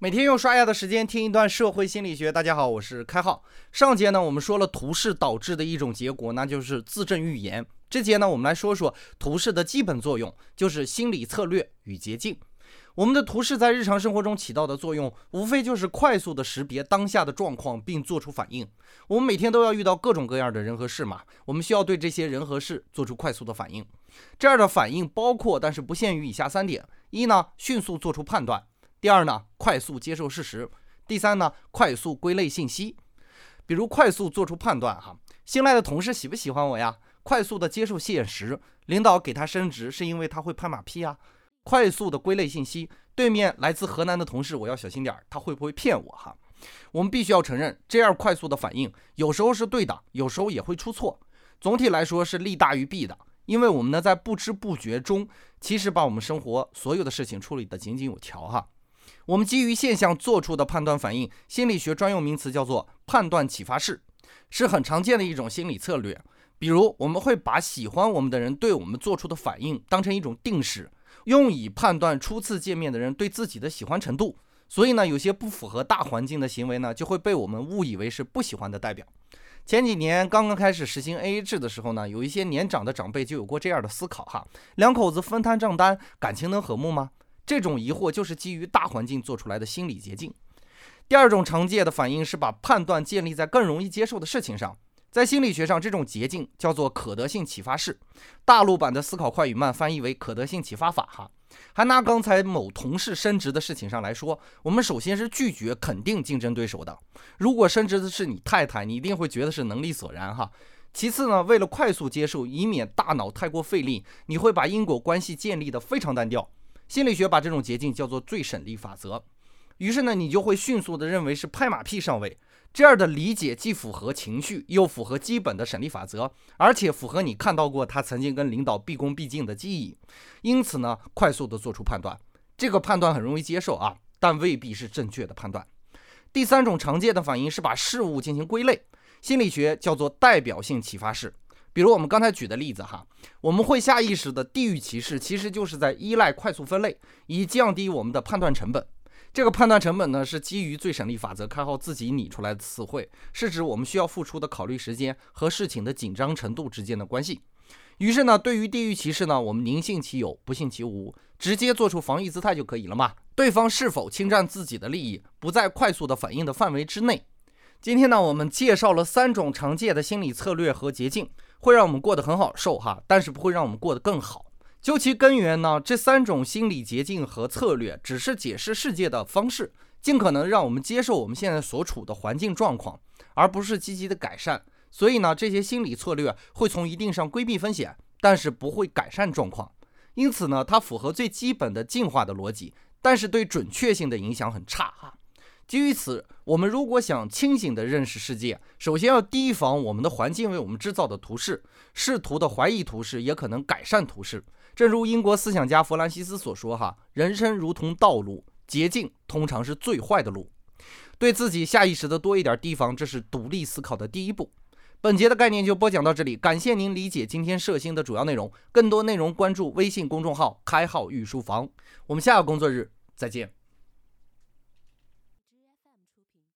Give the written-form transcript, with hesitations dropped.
每天用刷牙的时间听一段社会心理学。大家好，我是开浩。上节呢，我们说了图示导致的一种结果，那就是自证预言。这节呢，我们来说说图示的基本作用，就是心理策略与捷径。我们的图示在日常生活中起到的作用，无非就是快速的识别当下的状况，并做出反应。我们每天都要遇到各种各样的人和事嘛，我们需要对这些人和事做出快速的反应。这样的反应包括，但是不限于以下3点：一呢，迅速做出判断；第二呢，快速接受事实；第三呢，快速归类信息。比如快速做出判断新来的同事喜不喜欢我呀？快速的接受现实，领导给他升职是因为他会拍马屁啊。快速的归类信息，对面来自河南的同事，我要小心点，他会不会骗我我们必须要承认，这样快速的反应有时候是对的，有时候也会出错。总体来说是利大于弊的，因为我们呢在不知不觉中，其实把我们生活所有的事情处理得井井有条我们基于现象做出的判断反应，心理学专用名词叫做判断启发式，是很常见的一种心理策略。比如我们会把喜欢我们的人对我们做出的反应当成一种定式，用以判断初次见面的人对自己的喜欢程度。所以呢，有些不符合大环境的行为呢，就会被我们误以为是不喜欢的代表。前几年刚刚开始实行 AA 制的时候呢，有一些年长的长辈就有过这样的思考两口子分摊账单，感情能和睦吗？这种疑惑就是基于大环境做出来的心理捷径。第二种常见的反应是把判断建立在更容易接受的事情上。在心理学上，这种捷径叫做可得性启发式，大陆版的思考快与慢翻译为可得性启发法还拿刚才某同事升职的事情上来说，我们首先是拒绝肯定竞争对手的。如果升职的是你太太，你一定会觉得是能力所然其次呢，为了快速接受，以免大脑太过费力，你会把因果关系建立得非常单调。心理学把这种捷径叫做最省力法则。于是呢，你就会迅速地认为是拍马屁上位。这样的理解既符合情绪，又符合基本的省力法则，而且符合你看到过他曾经跟领导毕恭毕敬的记忆。因此呢，快速地做出判断。这个判断很容易接受但未必是正确的判断。第三种常见的反应是把事物进行归类，心理学叫做代表性启发式。比如我们刚才举的例子我们会下意识的地域歧视，其实就是在依赖快速分类，以降低我们的判断成本。这个判断成本呢，是基于最省力法则开号自己拟出来的词汇，是指我们需要付出的考虑时间和事情的紧张程度之间的关系。于是呢，对于地域歧视呢，我们宁信其有，不信其无，直接做出防御姿态就可以了嘛。对方是否侵占自己的利益，不在快速的反应的范围之内。今天呢，我们介绍了3种常见的心理策略和捷径，会让我们过得很好受但是不会让我们过得更好。究其根源呢，这3种心理捷径和策略只是解释世界的方式，尽可能让我们接受我们现在所处的环境状况，而不是积极的改善。所以呢，这些心理策略会从一定上规避风险，但是不会改善状况。因此呢，它符合最基本的进化的逻辑，但是对准确性的影响很差基于此，我们如果想清醒地认识世界，首先要提防我们的环境为我们制造的图示，试图的怀疑图示也可能改善图示。正如英国思想家弗兰西斯所说人生如同道路，捷径通常是最坏的路。对自己下意识的多一点提防，这是独立思考的第一步。本节的概念就播讲到这里，感谢您理解今天摄星的主要内容。更多内容关注微信公众号开号御书房。我们下个工作日再见。